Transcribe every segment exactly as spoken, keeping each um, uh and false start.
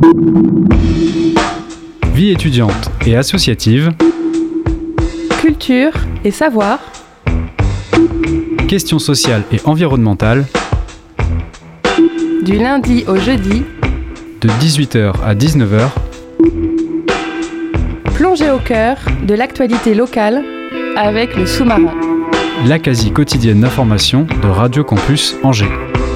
Vie étudiante et associative. Culture et savoir. Questions sociales et environnementales. Du lundi au jeudi. De dix-huit heures à dix-neuf heures. Plongée au cœur de l'actualité locale avec le sous-marin. La quasi quotidienne d'information de Radio Campus Angers.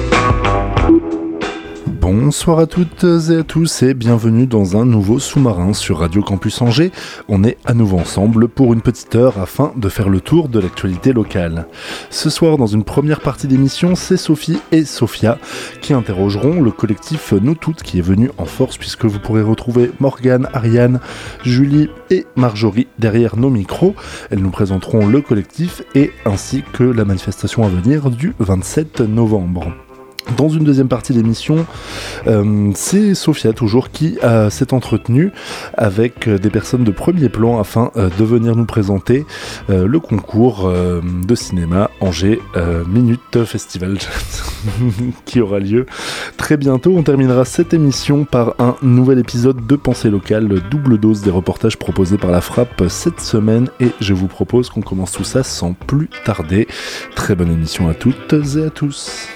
Bonsoir à toutes et à tous et bienvenue dans un nouveau sous-marin sur Radio Campus Angers. On est à nouveau ensemble pour une petite heure afin de faire le tour de l'actualité locale. Ce soir, dans une première partie d'émission, c'est Sophie et Sophia qui interrogeront le collectif Nous Toutes qui est venu en force, puisque vous pourrez retrouver Morgane, Ariane, Julie et Marjorie derrière nos micros. Elles nous présenteront le collectif et ainsi que la manifestation à venir du vingt-sept novembre. Dans une deuxième partie de l'émission, euh, c'est Sophia toujours qui euh, s'est entretenue avec euh, des personnes de premier plan afin euh, de venir nous présenter euh, le concours euh, de cinéma Angers euh, Minute Festival qui aura lieu très bientôt. On terminera cette émission par un nouvel épisode de Pensée locale, double dose des reportages proposés par la Frappe cette semaine, et je vous propose qu'on commence tout ça sans plus tarder. Très bonne émission à toutes et à tous.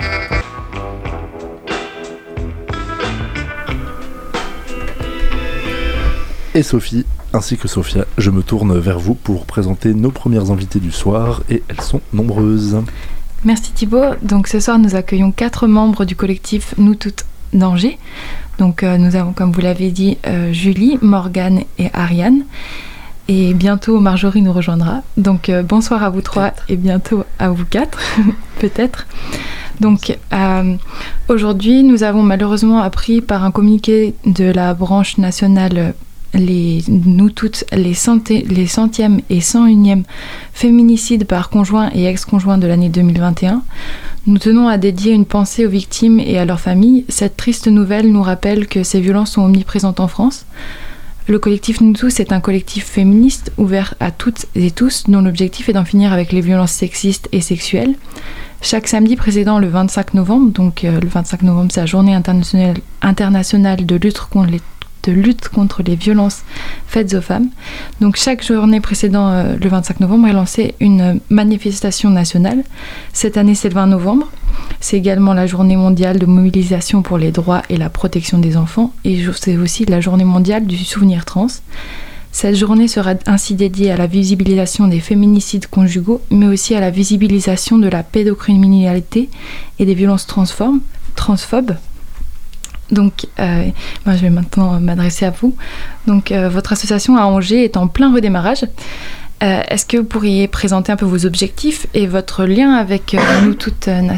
Et Sophie, ainsi que Sophia, je me tourne vers vous pour présenter nos premières invitées du soir, et elles sont nombreuses. Merci Thibaut. Donc ce soir, nous accueillons quatre membres du collectif Nous Toutes d'Angers. Donc euh, nous avons, comme vous l'avez dit, euh, Julie, Morgane et Ariane. Et bientôt, Marjorie nous rejoindra. Donc euh, bonsoir à vous trois peut-être. Et bientôt à vous quatre, peut-être. Donc euh, aujourd'hui, nous avons malheureusement appris par un communiqué de la branche nationale Les, nous toutes, les, centé, les centièmes et cent unième féminicides par conjoint et ex-conjoint de l'année deux mille vingt et un. Nous tenons à dédier une pensée aux victimes et à leurs familles. Cette triste nouvelle nous rappelle que ces violences sont omniprésentes en France. Le collectif Nous Tous est un collectif féministe ouvert à toutes et tous, dont l'objectif est d'en finir avec les violences sexistes et sexuelles. Chaque samedi précédent le vingt-cinq novembre, donc euh, le vingt-cinq novembre, c'est la journée internationale, internationale de lutte contre les de lutte contre les violences faites aux femmes. Donc chaque journée précédant euh, le vingt-cinq novembre est lancée une manifestation nationale. Cette année, c'est le vingt novembre. C'est également la journée mondiale de mobilisation pour les droits et la protection des enfants, et c'est aussi la journée mondiale du souvenir trans. Cette journée sera ainsi dédiée à la visibilisation des féminicides conjugaux, mais aussi à la visibilisation de la pédocriminalité et des violences transformes, transphobes. Donc, euh, moi, je vais maintenant m'adresser à vous. Donc, euh, votre association à Angers est en plein redémarrage. Euh, est-ce que vous pourriez présenter un peu vos objectifs et votre lien avec euh, Nous Toutes Nationales ?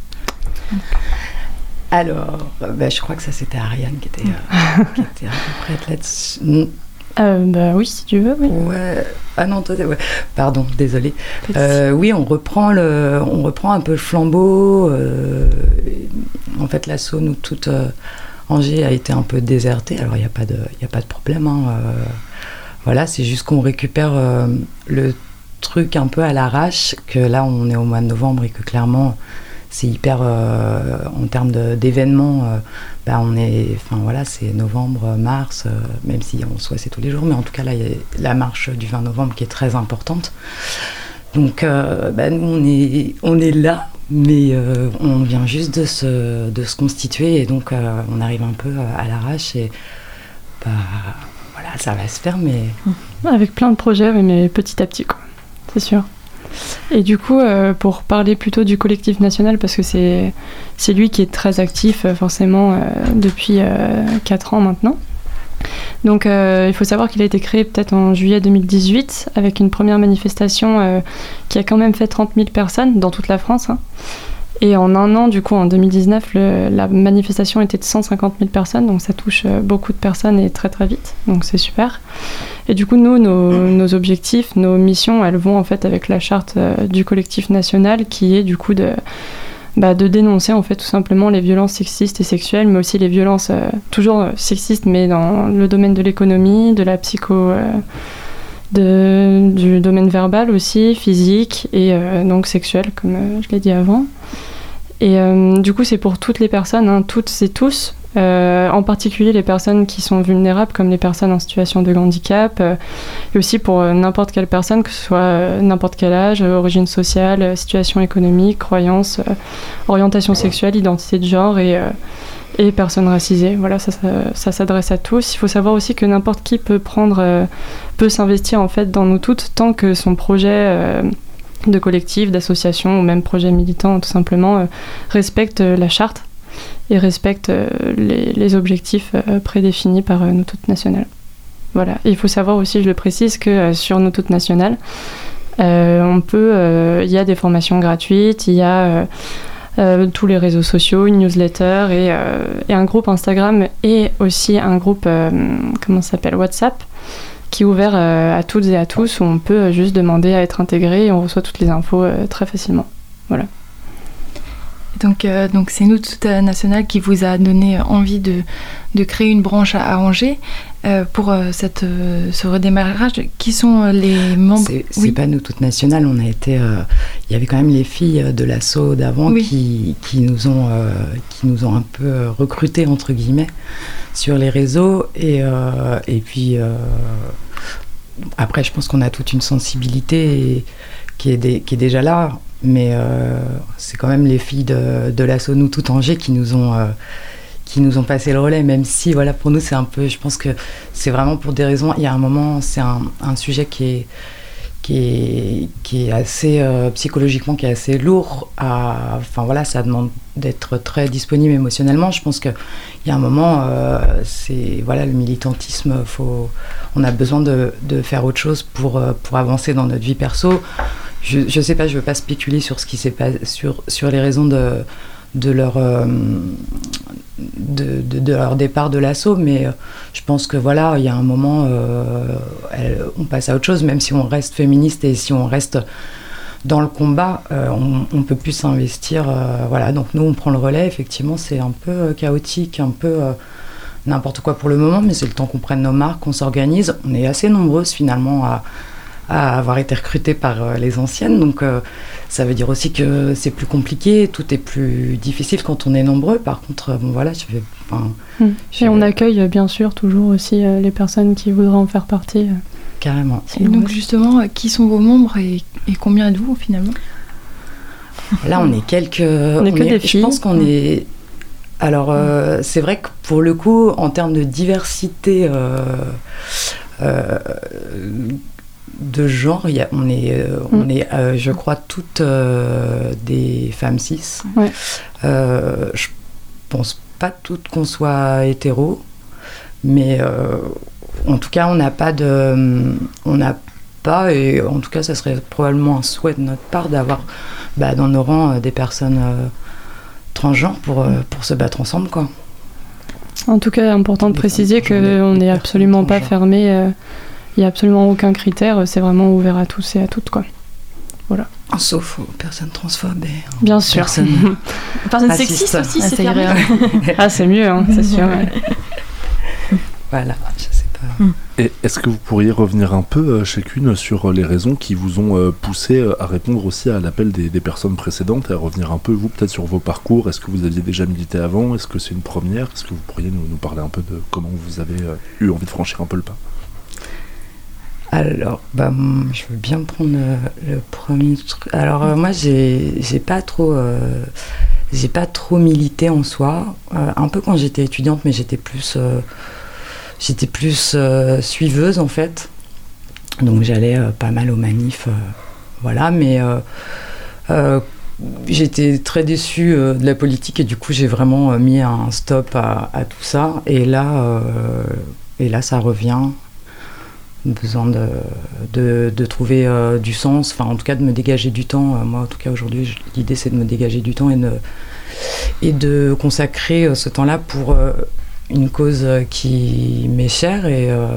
Alors, euh, bah, je crois que ça, c'était Ariane qui était, euh, qui était à peu près là-dessus. Euh, bah oui, si tu veux, oui. Ouais. Ah non, toi, ouais. Pardon, désolée. Euh, oui, on reprend le, on reprend un peu le flambeau. Euh, en fait, l'asso Nous Toutes euh, Angers a été un peu déserté. Alors, il n'y a pas de, il y a pas de problème. Hein. Euh, voilà, c'est juste qu'on récupère euh, le truc un peu à l'arrache. Que là, on est au mois de novembre et que clairement, c'est hyper euh, en termes de, d'événements. Euh, bah on est, enfin voilà, c'est novembre, mars, euh, même si en soi c'est tous les jours, mais en tout cas là, il y a la marche du vingt novembre qui est très importante. Donc, euh, bah, nous on est, on est là, mais euh, on vient juste de se, de se constituer, et donc euh, on arrive un peu à l'arrache, et bah voilà, ça va se faire, mais avec plein de projets, mais petit à petit, quoi. C'est sûr. Et du coup, euh, pour parler plutôt du collectif national, parce que c'est, c'est lui qui est très actif euh, forcément euh, depuis euh, quatre ans maintenant. Donc euh, il faut savoir qu'il a été créé peut-être en juillet deux mille dix-huit avec une première manifestation euh, qui a quand même fait trente mille personnes dans toute la France. Hein. Et en un an, du coup, en deux mille dix-neuf, le, la manifestation était de cent cinquante mille personnes, donc ça touche euh, beaucoup de personnes et très très vite, donc c'est super. Et du coup, nous, nos, nos objectifs, nos missions, elles vont en fait avec la charte euh, du collectif national, qui est du coup de, bah, de dénoncer en fait tout simplement les violences sexistes et sexuelles, mais aussi les violences euh, toujours sexistes, mais dans le domaine de l'économie, de la psycho... Euh, De, du domaine verbal aussi, physique et euh, donc sexuel, comme euh, je l'ai dit avant. Et euh, du coup, c'est pour toutes les personnes, hein, toutes et tous, euh, en particulier les personnes qui sont vulnérables, comme les personnes en situation de handicap, euh, et aussi pour euh, n'importe quelle personne, que ce soit euh, n'importe quel âge, euh, origine sociale, euh, situation économique, croyance, euh, orientation sexuelle, identité de genre et, euh, et personnes racisées. Voilà, ça, ça, ça s'adresse à tous. Il faut savoir aussi que n'importe qui peut prendre, euh, peut s'investir en fait dans Nous Toutes, tant que son projet euh, de collectif, d'association ou même projet militant tout simplement euh, respecte euh, la charte et respecte euh, les, les objectifs euh, prédéfinis par euh, Nous Toutes Nationales. Voilà. Et il faut savoir aussi, je le précise, que euh, sur Nous Toutes Nationales, euh, on peut, euh, il y a des formations gratuites, il y a euh, euh, tous les réseaux sociaux, une newsletter et, euh, et un groupe Instagram et aussi un groupe, euh, comment ça s'appelle, WhatsApp, qui est ouvert euh, à toutes et à tous, où on peut euh, juste demander à être intégré et on reçoit toutes les infos euh, très facilement. Voilà. Donc, euh, donc c'est Nous Toutes Nationales qui vous a donné envie de, de créer une branche à, à Angers. Euh, pour euh, cette, euh, ce redémarrage, qui sont euh, les membres? C'est, c'est oui. pas Nous Toutes Nationales, on a été... Il euh, y avait quand même les filles de l'asso d'avant oui. qui, qui, nous ont, euh, qui nous ont un peu recrutés, entre guillemets, sur les réseaux. Et, euh, et puis, euh, après, je pense qu'on a toute une sensibilité et, qui, est des, qui est déjà là. Mais euh, c'est quand même les filles de, de l'asso Nous Toutes Angers qui nous ont... Euh, qui nous ont passé le relais, même si voilà, pour nous c'est un peu, je pense que c'est vraiment pour des raisons, il y a un moment, c'est un, un sujet qui est, qui est, qui est assez euh, psychologiquement, qui est assez lourd, à, enfin voilà, ça demande d'être très disponible émotionnellement. Je pense qu'il y a un moment, euh, c'est, voilà, le militantisme, faut, on a besoin de, de faire autre chose pour, pour avancer dans notre vie perso. Je ne sais pas, je ne veux pas spéculer sur, ce qui s'est passé, sur, sur les raisons de, de leur... Euh, De, de, de leur départ de l'assaut, mais euh, je pense que voilà, il y a un moment, euh, elle, on passe à autre chose, même si on reste féministe et si on reste dans le combat, euh, on, on peut plus s'investir. Euh, voilà, donc nous on prend le relais. Effectivement, c'est un peu euh, chaotique, un peu euh, n'importe quoi pour le moment, mais c'est le temps qu'on prenne nos marques, qu'on s'organise. On est assez nombreuses finalement à, à avoir été recrutées par euh, les anciennes, donc euh, ça veut dire aussi que c'est plus compliqué, tout est plus difficile quand on est nombreux. Par contre, bon voilà, je vais... Enfin, mmh. Et on accueille bien sûr toujours aussi euh, les personnes qui voudraient en faire partie. Euh. Carrément. Et donc justement, euh, qui sont vos membres et, et combien êtes-vous finalement? Là, on est quelques... On est que on des est, filles. Je pense qu'on mmh. est... Alors, euh, mmh. c'est vrai que pour le coup, en termes de diversité... Euh, euh, de genre, y a, on est, euh, mmh. on est euh, je crois, toutes euh, des femmes cis. Ouais. Euh, je pense pas toutes qu'on soit hétéro, mais euh, en tout cas, on n'a pas de... On n'a pas, et en tout cas, ça serait probablement un souhait de notre part d'avoir bah, dans nos rangs euh, des personnes euh, transgenres pour, euh, pour se battre ensemble, quoi. En tout cas, important de des préciser qu'on n'est absolument pas fermé... Euh, Il n'y a absolument aucun critère, c'est vraiment ouvert à tous et à toutes, quoi. Voilà. Sauf aux personnes transphobes et bien sûr. Personnes, personnes sexistes aussi, ah, c'est vrai. Ah, c'est mieux, hein, c'est sûr. Ouais. Voilà, je sais pas. Et est-ce que vous pourriez revenir un peu euh, chacune sur les raisons qui vous ont euh, poussé à répondre aussi à l'appel des, des personnes précédentes et à revenir un peu, vous, peut-être sur vos parcours? Est-ce que vous aviez déjà milité avant? Est-ce que c'est une première? Est-ce que vous pourriez nous, nous parler un peu de comment vous avez euh, eu envie de franchir un peu le pas? Alors, bah, je veux bien prendre le, le premier truc. Alors, euh, moi, j'ai, j'ai pas trop, euh, j'ai pas trop milité en soi. Euh, un peu quand j'étais étudiante, mais j'étais plus, euh, j'étais plus euh, suiveuse en fait. Donc, j'allais euh, pas mal aux manifs, euh, voilà. Mais euh, euh, j'étais très déçue euh, de la politique et du coup, j'ai vraiment euh, mis un stop à, à tout ça. Et là, euh, et là, ça revient. Besoin de, de, de trouver euh, du sens, enfin en tout cas de me dégager du temps. Euh, moi en tout cas aujourd'hui je, l'idée c'est de me dégager du temps et de, et de consacrer euh, ce temps-là pour euh, une cause qui m'est chère et euh,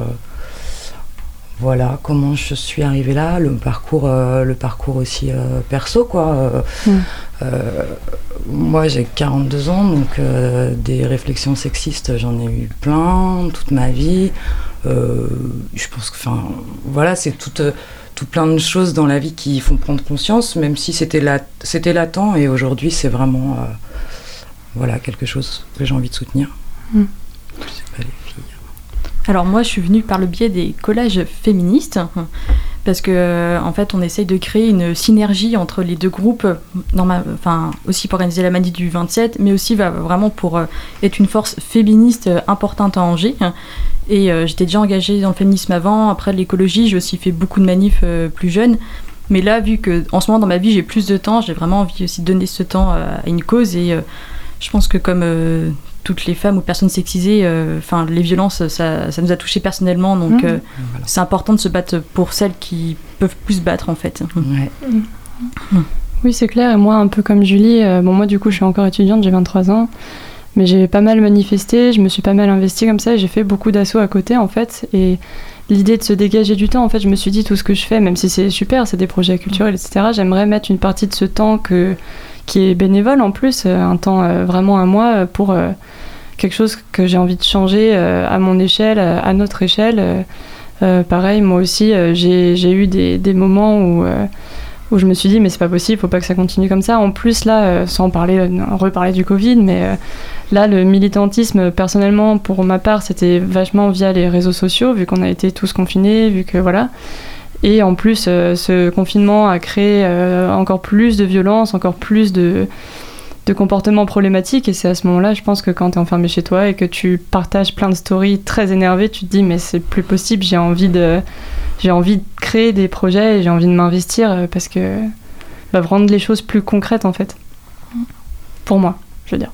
voilà comment je suis arrivée là, le parcours, euh, le parcours aussi euh, perso quoi. Euh, mmh. euh, moi j'ai quarante-deux ans donc euh, des réflexions sexistes j'en ai eu plein toute ma vie. Euh, je pense que, enfin, voilà, c'est tout, euh, tout plein de choses dans la vie qui font prendre conscience, même si c'était, lat- c'était latent, et aujourd'hui, c'est vraiment, euh, voilà, quelque chose que j'ai envie de soutenir. Mmh. Je sais pas, les filles. Alors moi, je suis venue par le biais des collages féministes, parce que euh, en fait, on essaye de créer une synergie entre les deux groupes, normal, enfin aussi pour organiser la Manif du vingt-sept, mais aussi bah, vraiment pour euh, être une force féministe euh, importante à Angers. Et euh, j'étais déjà engagée dans le féminisme avant. Après l'écologie, j'ai aussi fait beaucoup de manifs euh, plus jeunes. Mais là, vu que en ce moment dans ma vie, j'ai plus de temps, j'ai vraiment envie aussi de donner ce temps euh, à une cause. Et euh, je pense que comme euh, toutes les femmes ou personnes sexisées, enfin euh, les violences, ça, ça nous a touchés personnellement. Donc mmh. euh, voilà. C'est important de se battre pour celles qui peuvent plus se battre en fait. Ouais. Mmh. Oui, c'est clair. Et moi, un peu comme Julie, euh, bon moi du coup, je suis encore étudiante, j'ai vingt-trois ans. Mais j'ai pas mal manifesté, je me suis pas mal investie comme ça, et j'ai fait beaucoup d'assauts à côté en fait. Et l'idée de se dégager du temps, en fait, je me suis dit tout ce que je fais, même si c'est super, c'est des projets culturels, et cetera, j'aimerais mettre une partie de ce temps que, qui est bénévole en plus, un temps euh, vraiment à moi pour euh, quelque chose que j'ai envie de changer euh, à mon échelle, à notre échelle. Euh, euh, pareil, moi aussi, euh, j'ai, j'ai eu des, des moments où... Euh, où je me suis dit mais c'est pas possible, faut pas que ça continue comme ça. En plus là, euh, sans parler, euh, reparler du Covid, mais euh, là le militantisme personnellement pour ma part c'était vachement via les réseaux sociaux vu qu'on a été tous confinés, vu que voilà. Et en plus euh, ce confinement a créé euh, encore plus de violence, encore plus de, de comportements problématiques, et c'est à ce moment-là je pense que quand t'es enfermé chez toi et que tu partages plein de stories très énervées, tu te dis mais c'est plus possible, j'ai envie de j'ai envie de créer des projets et j'ai envie de m'investir parce que bah, rendre les choses plus concrètes en fait. Pour moi, je veux dire.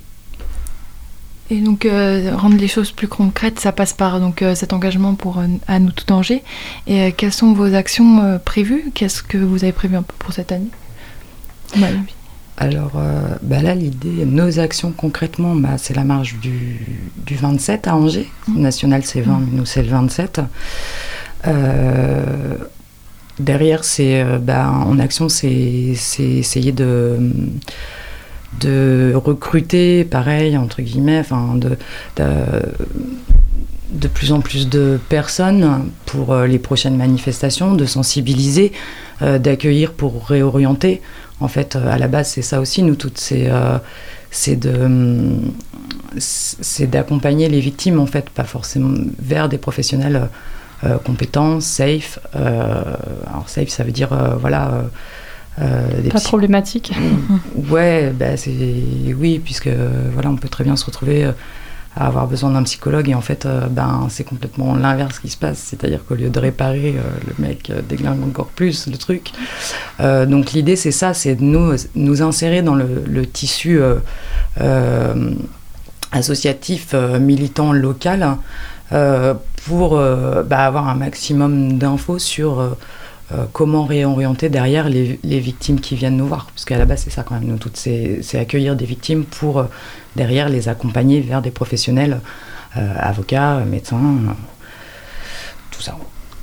Et donc euh, rendre les choses plus concrètes, ça passe par donc, euh, cet engagement pour euh, À nous tout Angers. Et euh, quelles sont vos actions euh, prévues ? Qu'est-ce que vous avez prévu un peu pour cette année ? Ouais. Alors euh, bah là, l'idée, nos actions concrètement, bah, c'est la marche du, du vingt-sept à Angers. Mmh. National c'est vingt, mmh. Nous c'est le vingt-sept. Euh, derrière, c'est, euh, bah, en action, c'est, c'est essayer de, de recruter, pareil, entre guillemets, de, de, de plus en plus de personnes pour euh, les prochaines manifestations, de sensibiliser, euh, d'accueillir pour réorienter. En fait, euh, à la base, c'est ça aussi, nous toutes, c'est, euh, c'est, de, c'est d'accompagner les victimes, en fait, pas forcément vers des professionnels Euh, compétents, safe. Euh, alors safe, ça veut dire euh, voilà. Euh, euh, des pas psy... problématique. Ouais, bah c'est oui, puisque voilà, on peut très bien se retrouver euh, à avoir besoin d'un psychologue et en fait, euh, ben c'est complètement l'inverse qui se passe. C'est-à-dire qu'au lieu de réparer, euh, le mec euh, déglingue encore plus le truc. Euh, donc l'idée, c'est ça, c'est de nous nous insérer dans le, le tissu euh, euh, associatif, euh, militant, local. Euh, pour euh, bah, avoir un maximum d'infos sur euh, euh, comment réorienter derrière les, les victimes qui viennent nous voir. Parce qu'à la base, c'est ça quand même, nous toutes, c'est, c'est accueillir des victimes pour euh, derrière les accompagner vers des professionnels, euh, avocats, médecins, euh, tout ça.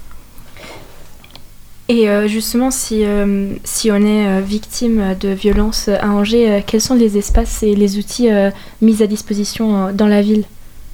Et euh, justement, si, euh, si on est euh, victime de violences à Angers, euh, quels sont les espaces et les outils euh, mis à disposition euh, dans la ville ?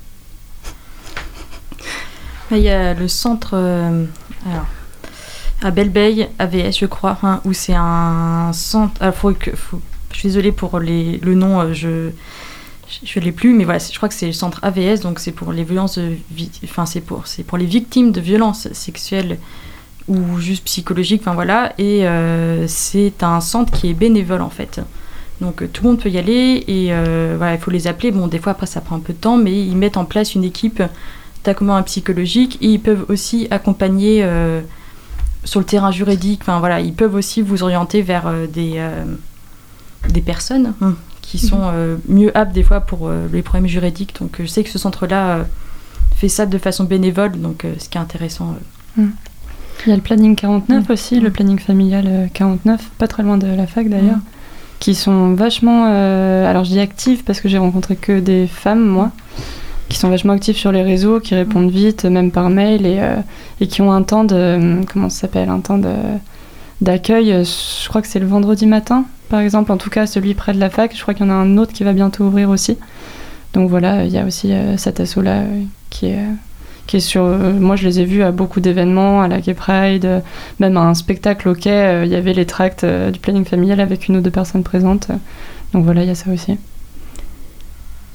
Il y a le centre euh, alors, à Belle-Beille, A V S je crois, hein, où c'est un centre... Alors, faut que, faut, je suis désolée pour les, le nom, euh, je je ne l'ai plus, mais voilà, je crois que c'est le centre A V S, donc c'est pour les violences, enfin c'est pour, c'est pour les victimes de violences sexuelles ou juste psychologiques, enfin voilà, et euh, c'est un centre qui est bénévole en fait. Donc euh, tout le monde peut y aller, et euh, voilà, il faut les appeler, bon des fois après ça prend un peu de temps, mais ils mettent en place une équipe d'accompagnement psychologique, et ils peuvent aussi accompagner euh, sur le terrain juridique, enfin voilà, ils peuvent aussi vous orienter vers euh, des, euh, des personnes mmh. qui sont euh, mieux aptes des fois pour euh, les problèmes juridiques. Donc je sais que ce centre-là euh, fait ça de façon bénévole, donc euh, ce qui est intéressant. Euh. Mmh. Il y a le planning quarante-neuf mmh. aussi, mmh. le planning familial euh, quarante-neuf, pas très loin de la fac d'ailleurs, mmh. qui sont vachement, euh, alors je dis actifs parce que j'ai rencontré que des femmes moi, qui sont vachement actifs sur les réseaux, qui répondent vite, même par mail, et, euh, et qui ont un temps de... Comment ça s'appelle ? Un temps de, d'accueil, je crois que c'est le vendredi matin, par exemple. En tout cas, celui près de la fac, je crois qu'il y en a un autre qui va bientôt ouvrir aussi. Donc voilà, il y a aussi euh, cet asso-là euh, qui, est, euh, qui est sur... Euh, moi, je les ai vus à beaucoup d'événements, à la Gay Pride, euh, même à un spectacle au quai, euh, il y avait les tracts euh, du planning familial avec une ou deux personnes présentes. Euh, donc voilà, il y a ça aussi.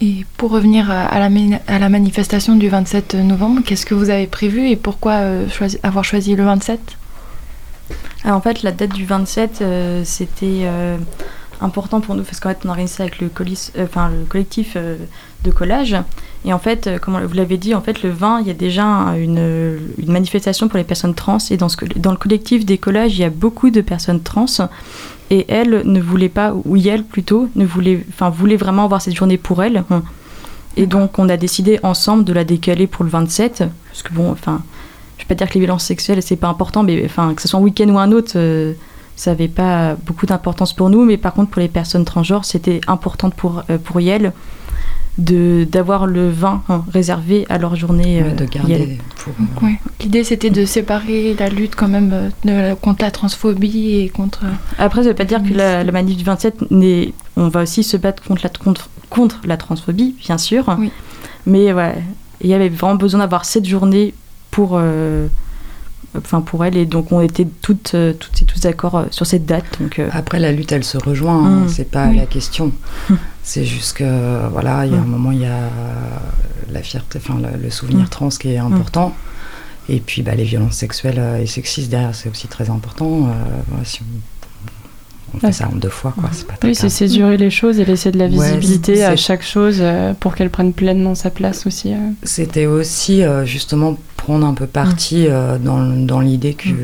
Et pour revenir à la, à la manifestation du vingt-sept novembre, qu'est-ce que vous avez prévu et pourquoi euh, choisi, avoir choisi le vingt-sept ? Alors en fait, la date du vingt-sept, euh, c'était euh, important pour nous parce qu'en fait, on organise ça avec le, colis, euh, enfin, le collectif euh, de collage. Et en fait, euh, comme vous l'avez dit, en fait, le vingt, il y a déjà une, une manifestation pour les personnes trans. Et dans, ce, dans le collectif des collages, il y a beaucoup de personnes trans. Et elle ne voulait pas, ou elle plutôt, ne voulait, enfin, voulait vraiment avoir cette journée pour elle. Et donc, on a décidé ensemble de la décaler pour le vingt-sept. Parce que bon, enfin, je ne vais pas dire que les violences sexuelles, c'est pas important, mais enfin, que ce soit un week-end ou un autre, euh, ça n'avait pas beaucoup d'importance pour nous. Mais par contre, pour les personnes transgenres, c'était important pour, euh, pour elle de d'avoir le vingt hein, réservé à leur journée. Ouais, euh, de garder pour... ouais. L'idée, c'était de séparer la lutte quand même de, contre la transphobie et contre... Après, ça ne veut pas dire que la, la manif du vingt-sept, n'est... on va aussi se battre contre la, contre, contre la transphobie, bien sûr. Oui. Mais ouais, il y avait vraiment besoin d'avoir cette journée pour, euh, enfin pour elle. Et donc, on était toutes, euh, toutes et tous d'accord sur cette date. Donc, euh... Après, la lutte, elle se rejoint. Mmh. Hein, c'est pas oui. la question. Mmh. C'est juste que, voilà, il y a mmh. un moment, il y a la fierté, enfin, le, le souvenir mmh. trans qui est important. Mmh. Et puis, bah, les violences sexuelles et sexistes, derrière, c'est aussi très important. Euh, voilà, si on, on fait ouais. ça en deux fois, quoi. C'est pas très oui, grave. C'est césurer les choses et laisser de la visibilité ouais, à chaque chose euh, pour qu'elles prennent pleinement sa place aussi. Euh. C'était aussi, euh, justement, prendre un peu parti mmh. euh, dans, dans l'idée que... Mmh.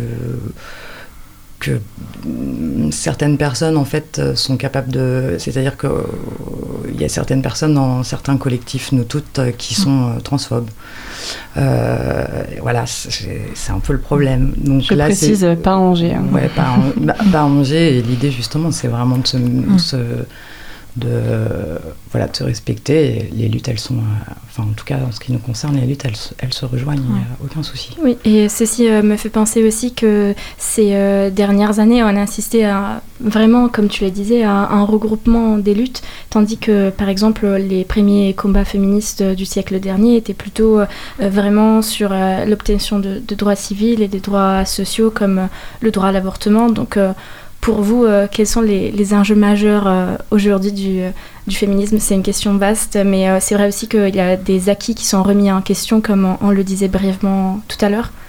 que certaines personnes en fait sont capables de, c'est-à-dire que il euh, y a certaines personnes dans certains collectifs, nous toutes, euh, qui sont euh, transphobes. Euh, voilà, c'est, c'est un peu le problème. Donc je là, précise, c'est... pas Angers. Hein. Ouais, pas, bah, pas Angers. Et l'idée justement, c'est vraiment de se, mm. se de voilà de se respecter. Et les luttes, elles sont, euh, enfin en tout cas en ce qui nous concerne, les luttes, elles, elles se rejoignent. Il n'y a aucun souci. Oui, et ceci euh, me fait penser aussi que ces euh, dernières années, on a insisté à vraiment, comme tu le disais, à un regroupement des luttes, tandis que par exemple les premiers combats féministes du siècle dernier étaient plutôt euh, vraiment sur euh, l'obtention de, de droits civils et des droits sociaux comme euh, le droit à l'avortement. Donc euh, pour vous, euh, quels sont les, les enjeux majeurs euh, aujourd'hui du, euh, du féminisme ? C'est une question vaste, mais euh, c'est vrai aussi qu'il y a des acquis qui sont remis en question, comme on, on le disait brièvement tout à l'heure.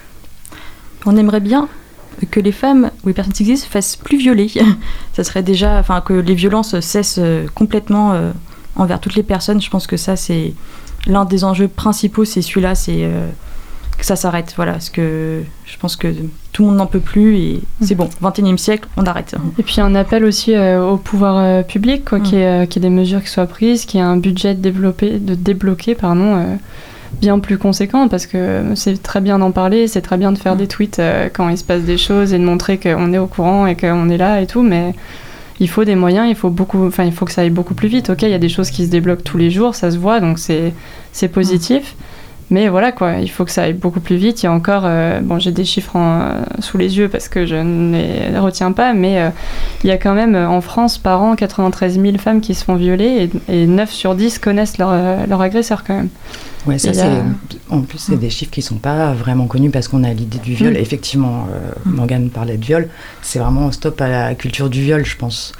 On aimerait bien que les femmes ou les personnes sexistes se fassent plus violer. Ça serait déjà, enfin, que les violences cessent complètement euh, envers toutes les personnes. Je pense que ça, c'est l'un des enjeux principaux, c'est celui-là, c'est... Euh, que ça s'arrête, voilà, parce que je pense que tout le monde n'en peut plus et c'est bon, vingt et unième siècle, on arrête. Et puis un appel aussi euh, au pouvoir euh, public, quoi, mmh. qu'il y ait, euh, qu'il y ait des mesures qui soient prises, qu'il y ait un budget développé, de débloqué, pardon, euh, bien plus conséquent, parce que c'est très bien d'en parler, c'est très bien de faire mmh. des tweets euh, quand il se passe des choses et de montrer qu'on est au courant et qu'on est là et tout, mais il faut des moyens, il faut beaucoup, enfin il faut que ça aille beaucoup plus vite. Ok, il y a des choses qui se débloquent tous les jours, ça se voit, donc c'est c'est positif. Mmh. Mais voilà quoi, il faut que ça aille beaucoup plus vite. Il y a encore, euh, bon j'ai des chiffres en, euh, sous les yeux parce que je ne les retiens pas, mais euh, il y a quand même en France par an quatre-vingt-treize mille femmes qui se font violer et, et neuf sur dix connaissent leur, euh, leur agresseur quand même. Ouais, ça c'est, a... en plus c'est mmh. des chiffres qui ne sont pas vraiment connus parce qu'on a l'idée du viol. Mmh. Effectivement, euh, mmh. Morgane parlait de viol, c'est vraiment stop à la culture du viol je pense.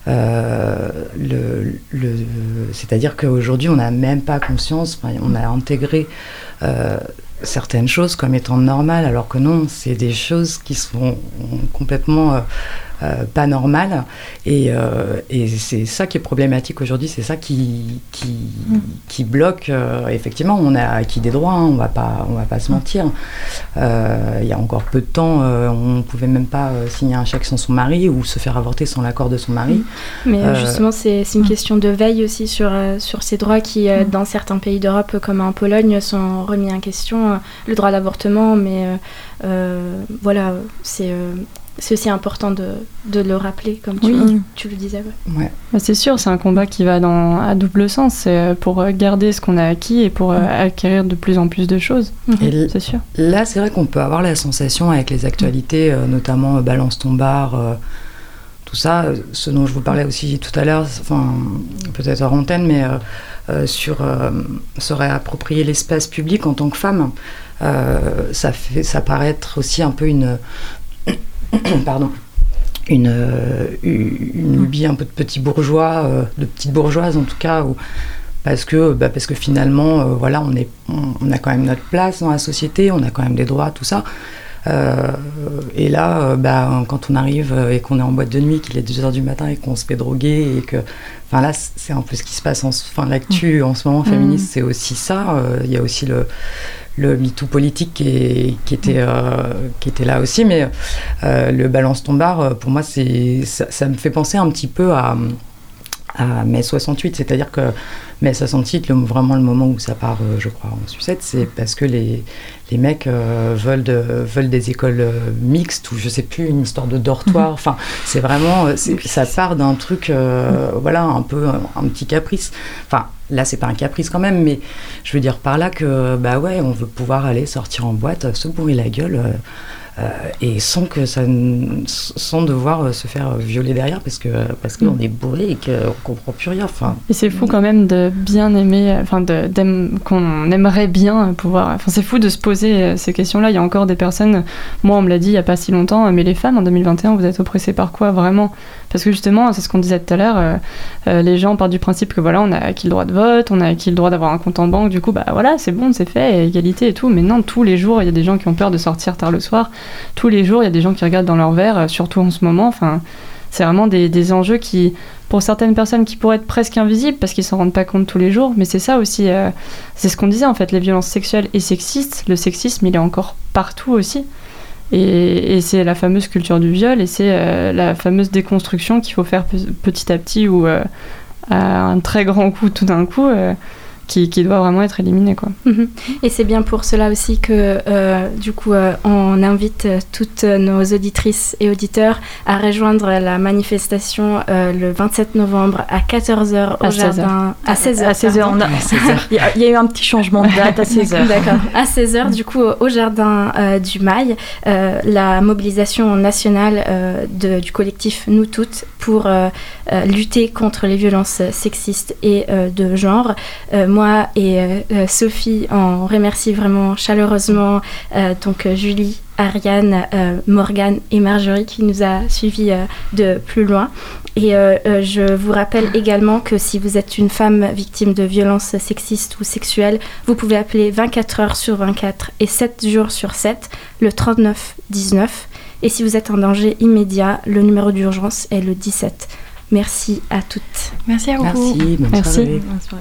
Euh, le, le, c'est-à-dire qu'aujourd'hui on n'a même pas conscience, on a intégré euh, certaines choses comme étant normales alors que non, c'est des choses qui sont complètement euh, euh, pas normales et, euh, et c'est ça qui est problématique aujourd'hui, c'est ça qui, qui, mmh. qui bloque. Euh, effectivement on a acquis des droits, hein, on va pas, on va pas se mentir. Euh, il y a encore peu de temps euh, on pouvait même pas euh, signer un chèque sans son mari ou se faire avorter sans l'accord de son mari. Mais euh, justement c'est, c'est une question de veille aussi sur, euh, sur ces droits qui euh, dans certains pays d'Europe comme en Pologne sont remis en question, euh, le droit à l'avortement, mais euh, euh, voilà c'est euh, c'est aussi important de, de le rappeler, comme tu, oui. tu le disais. Ouais. Ouais. Bah c'est sûr, c'est un combat qui va dans, à double sens. C'est pour garder ce qu'on a acquis et pour mmh. acquérir de plus en plus de choses. Et l- c'est sûr. Là, c'est vrai qu'on peut avoir la sensation avec les actualités, mmh. euh, notamment euh, Balance ton bar, euh, tout ça, euh, ce dont je vous parlais aussi tout à l'heure, enfin, peut-être hors antenne, mais euh, euh, sur euh, se réapproprier l'espace public en tant que femme, euh, ça, fait, ça paraît être aussi un peu une... pardon, une, euh, une lubie un peu de petits bourgeois, euh, de petites bourgeoises en tout cas, où parce que, bah, parce que finalement, euh, voilà, on, est, on, on a quand même notre place dans la société, on a quand même des droits, tout ça. Euh, et là, euh, bah, quand on arrive et qu'on est en boîte de nuit, qu'il est deux heures du matin et qu'on se fait droguer, et que, enfin là, c'est un peu ce qui se passe en, enfin, l'actu en ce moment féministe, mmh. c'est aussi ça. Il euh, y a aussi le le MeToo politique qui, est, qui, était, euh, qui était là aussi, mais euh, le balance ton bar, pour moi, c'est, ça, ça me fait penser un petit peu à, à mai soixante-huit, c'est-à-dire que mai soixante-huit, le, vraiment le moment où ça part, euh, je crois, en sucette, c'est parce que les, les mecs euh, veulent, de, veulent des écoles euh, mixtes, ou je sais plus, une histoire de dortoir, enfin, c'est vraiment, c'est, ça part d'un truc, euh, voilà, un peu, un, un petit caprice, enfin, là, c'est pas un caprice quand même, mais je veux dire par là que, bah ouais, on veut pouvoir aller sortir en boîte, se bourrer la gueule, euh, euh, et sans que ça, sans devoir se faire violer derrière, parce que parce qu'on est bourré et qu'on comprend plus rien. Enfin. Et c'est fou quand même de bien aimer, enfin de, d'aim, qu'on aimerait bien pouvoir. Enfin, c'est fou de se poser ces questions-là. Il y a encore des personnes. Moi, on me l'a dit il y a pas si longtemps, mais les femmes en deux mille vingt et un, vous êtes oppressées par quoi vraiment? Parce que justement, c'est ce qu'on disait tout à l'heure, euh, euh, les gens partent du principe que voilà, on a acquis le droit de vote, on a acquis le droit d'avoir un compte en banque, du coup, bah voilà, c'est bon, c'est fait, égalité et tout. Mais non, tous les jours, il y a des gens qui ont peur de sortir tard le soir. Tous les jours, il y a des gens qui regardent dans leur verre, euh, surtout en ce moment. Enfin, c'est vraiment des, des enjeux qui, pour certaines personnes, qui pourraient être presque invisibles parce qu'ils s'en rendent pas compte tous les jours. Mais c'est ça aussi, euh, c'est ce qu'on disait en fait, les violences sexuelles et sexistes. Le sexisme, il est encore partout aussi. Et, et c'est la fameuse culture du viol et c'est euh, la fameuse déconstruction qu'il faut faire pe- petit à petit ou euh, à un très grand coup tout d'un coup euh, qui, qui doit vraiment être éliminée, quoi. Mmh. Et c'est bien pour cela aussi que euh, du coup euh, on invite euh, toutes nos auditrices et auditeurs à rejoindre la manifestation euh, le vingt-sept novembre à quatorze heures au à jardin seize heures. à seize heures. À seize heures, on a... il, y a, il y a eu un petit changement de date à seize heures. D'accord. À seize heures, du coup, au jardin euh, du Mail, euh, la mobilisation nationale euh, de, du collectif Nous Toutes pour euh, euh, lutter contre les violences sexistes et euh, de genre. Euh, moi et euh, Sophie, on remercie vraiment chaleureusement euh, donc Julie, Ariane, euh, Morgane et Marjorie qui nous a suivis euh, de plus loin. Et euh, euh, je vous rappelle également que si vous êtes une femme victime de violences sexistes ou sexuelles, vous pouvez appeler vingt-quatre heures sur vingt-quatre et sept jours sur sept le trente-neuf dix-neuf. Et si vous êtes en danger immédiat, le numéro d'urgence est le dix-sept. Merci à toutes. Merci à vous. Merci, bonne Merci. soirée. Bonne soirée.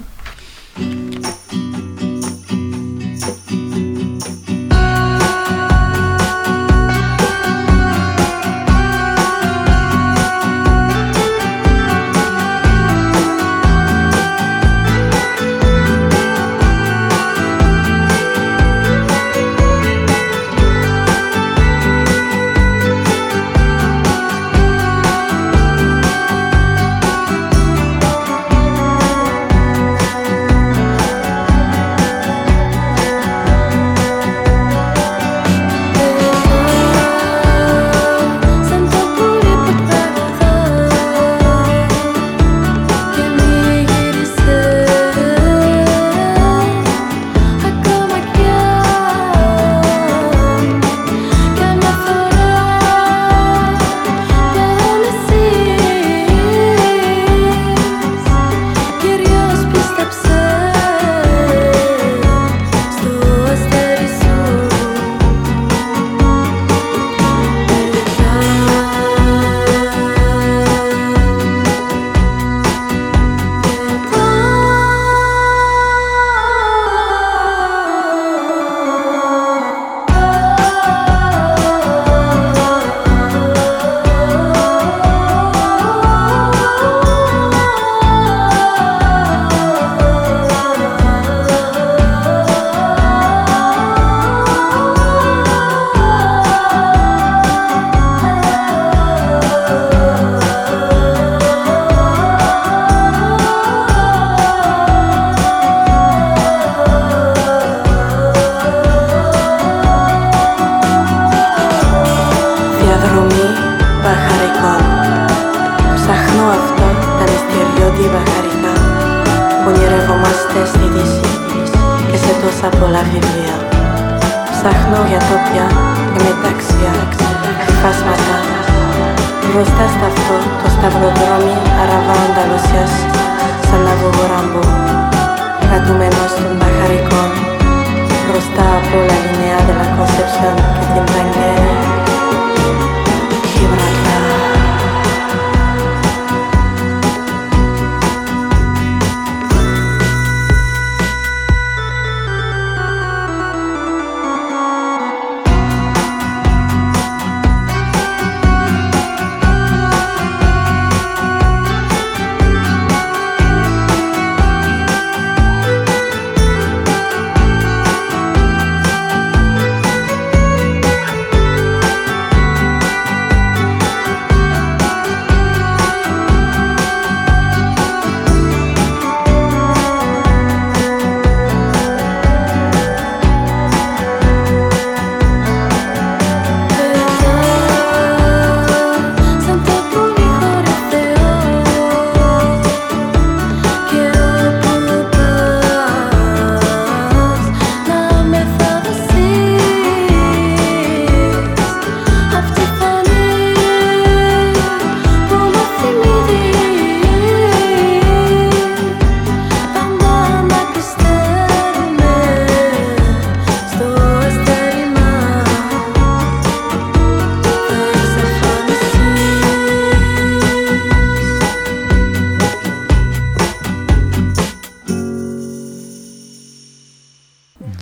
Ψάχνω για τοπιά, εμετάξια, φάσματα. Μπροστά στα αυτό το σταυροδρόμι αραβά Ανταλουσιάς σαν να βογοράμπω.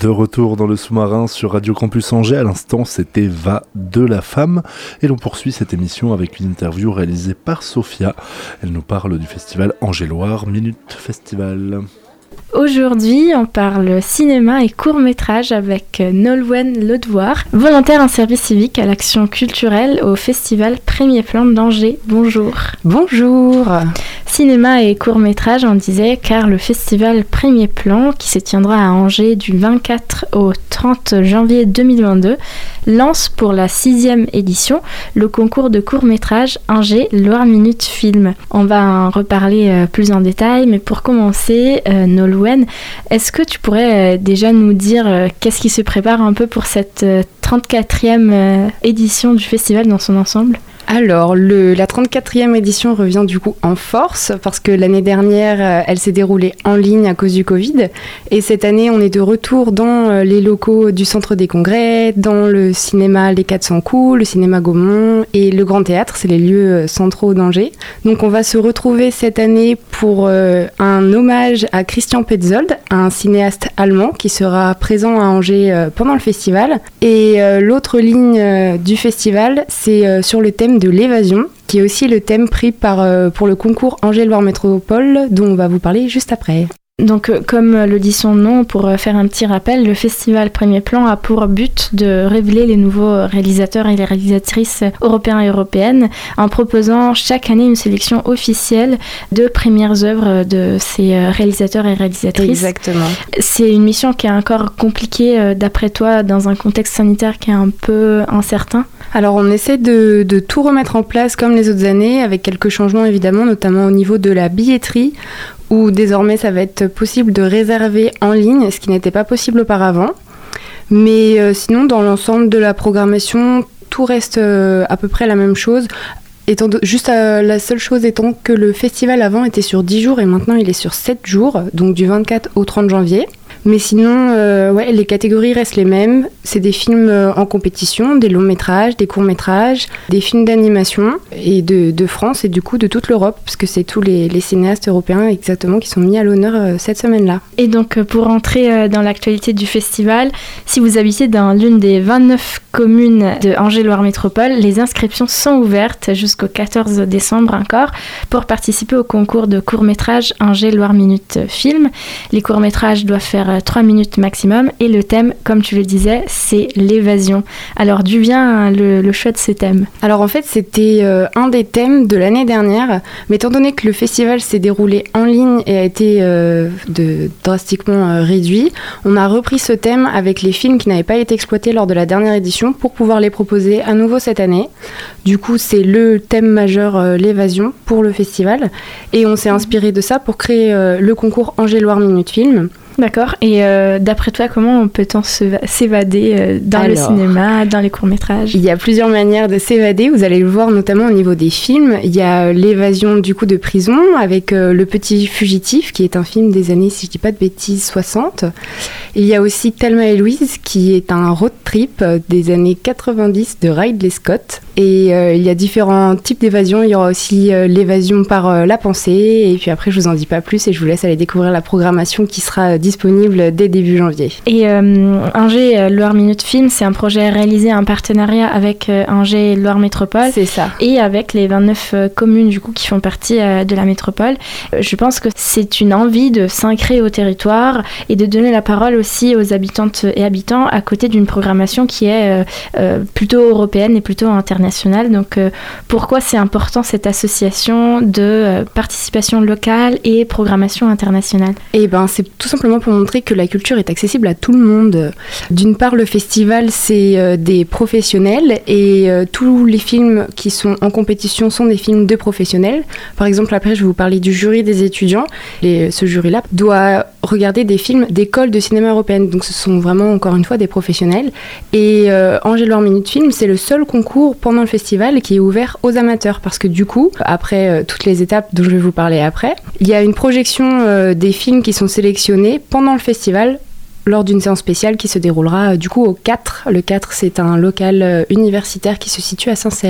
De retour dans le sous-marin sur Radio Campus Angers, à l'instant c'était Va de la femme et l'on poursuit cette émission avec une interview réalisée par Sophia. Elle nous parle du festival Angers-Loire Minute Festival. Aujourd'hui, on parle cinéma et court-métrage avec Nolwenn Ledevoir, volontaire en service civique à l'action culturelle au festival Premier Plan d'Angers. Bonjour. Bonjour. Cinéma et court-métrage, on disait, car le festival Premier Plan, qui se tiendra à Angers du vingt-quatre au trente janvier deux mille vingt-deux, lance pour la sixième édition le concours de court-métrage Angers Loire Minute Film. On va en reparler euh, plus en détail, mais pour commencer, euh, Nolwenn, est-ce que tu pourrais euh, déjà nous dire euh, qu'est-ce qui se prépare un peu pour cette euh, trente-quatrième euh, édition du festival dans son ensemble ? Alors, le, la trente-quatrième édition revient du coup en force parce que l'année dernière, euh, elle s'est déroulée en ligne à cause du Covid. Et cette année, on est de retour dans euh, les locaux du Centre des Congrès, dans le cinéma Les quatre cents coups, le cinéma Gaumont et le Grand Théâtre, c'est les lieux euh, centraux d'Angers. Donc on va se retrouver cette année pour euh, un hommage à Christian Petzold, un cinéaste allemand qui sera présent à Angers euh, pendant le festival. Et euh, l'autre ligne euh, du festival, c'est euh, sur le thème de l'évasion, qui est aussi le thème pris par, euh, pour le concours Angers-Loire Métropole, dont on va vous parler juste après. Donc, euh, comme le dit son nom, pour euh, faire un petit rappel, le festival Premier Plan a pour but de révéler les nouveaux réalisateurs et les réalisatrices européens et européennes en proposant chaque année une sélection officielle de premières œuvres de ces euh, réalisateurs et réalisatrices. Exactement. C'est une mission qui est encore compliquée, euh, d'après toi, dans un contexte sanitaire qui est un peu incertain. Alors on essaie de, de tout remettre en place comme les autres années, avec quelques changements évidemment, notamment au niveau de la billetterie, où désormais ça va être possible de réserver en ligne, ce qui n'était pas possible auparavant. Mais euh, sinon, dans l'ensemble de la programmation, tout reste euh, à peu près la même chose. Étant de, juste euh, la seule chose étant que le festival avant était sur dix jours et maintenant il est sur sept jours, donc du vingt-quatre au trente janvier. Mais sinon, euh, ouais, les catégories restent les mêmes. C'est des films euh, en compétition, des longs métrages, des courts métrages, des films d'animation et de, de France et du coup de toute l'Europe, parce que c'est tous les, les cinéastes européens exactement qui sont mis à l'honneur euh, cette semaine-là. Et donc euh, pour entrer euh, dans l'actualité du festival, si vous habitez dans l'une des vingt-neuf communes de Angers-Loire Métropole, les inscriptions sont ouvertes jusqu'au quatorze décembre encore pour participer au concours de court-métrage Angers-Loire Minute Film. Les courts-métrages doivent faire trois minutes maximum et le thème, comme tu le disais, c'est l'évasion. Alors d'où vient le, le choix de ce thème ? Alors en fait c'était euh, un des thèmes de l'année dernière, mais étant donné que le festival s'est déroulé en ligne et a été euh, de, drastiquement euh, réduit, on a repris ce thème avec les films qui n'avaient pas été exploités lors de la dernière édition pour pouvoir les proposer à nouveau cette année. Du coup c'est le thème majeur, euh, l'évasion, pour le festival, et on s'est inspiré de ça pour créer euh, le concours Angers-Loire Minute Film. D'accord. Et euh, d'après toi, comment peut-on se, s'évader euh, dans Alors, le cinéma, dans les courts-métrages ? Il y a plusieurs manières de s'évader. Vous allez le voir notamment au niveau des films. Il y a l'évasion du coup de prison avec euh, Le Petit Fugitif, qui est un film des années, si je dis pas de bêtises, soixante. Il y a aussi Thelma et Louise, qui est un road trip des années quatre-vingt-dix de Ridley Scott. Et euh, il y a différents types d'évasion. Il y aura aussi euh, l'évasion par euh, la pensée. Et puis après, je vous en dis pas plus et je vous laisse aller découvrir la programmation qui sera disponible dès début janvier. Et euh, Angers Loire Minute Film, c'est un projet réalisé en partenariat avec euh, Angers Loire Métropole. C'est ça. Et avec les vingt-neuf euh, communes du coup qui font partie euh, de la métropole. Euh, je pense que c'est une envie de s'ancrer au territoire et de donner la parole aussi aux habitantes et habitants à côté d'une programmation qui est euh, euh, plutôt européenne et plutôt internationale. Donc euh, pourquoi c'est important cette association de euh, participation locale et programmation internationale ? Eh ben c'est tout simplement pour montrer que la culture est accessible à tout le monde. D'une part, le festival, c'est euh, des professionnels et euh, tous les films qui sont en compétition sont des films de professionnels. Par exemple, après, je vais vous parler du jury des étudiants. Et ce jury-là doit regarder des films d'écoles de cinéma européenne. Donc, ce sont vraiment, encore une fois, des professionnels. Et euh, Angers-Loire Minute Film, c'est le seul concours pendant le festival qui est ouvert aux amateurs. Parce que du coup, après euh, toutes les étapes dont je vais vous parler après, il y a une projection euh, des films qui sont sélectionnés pendant le festival lors d'une séance spéciale qui se déroulera euh, du coup au quatre. Le quatre, c'est un local euh, universitaire qui se situe à Saint-Serge.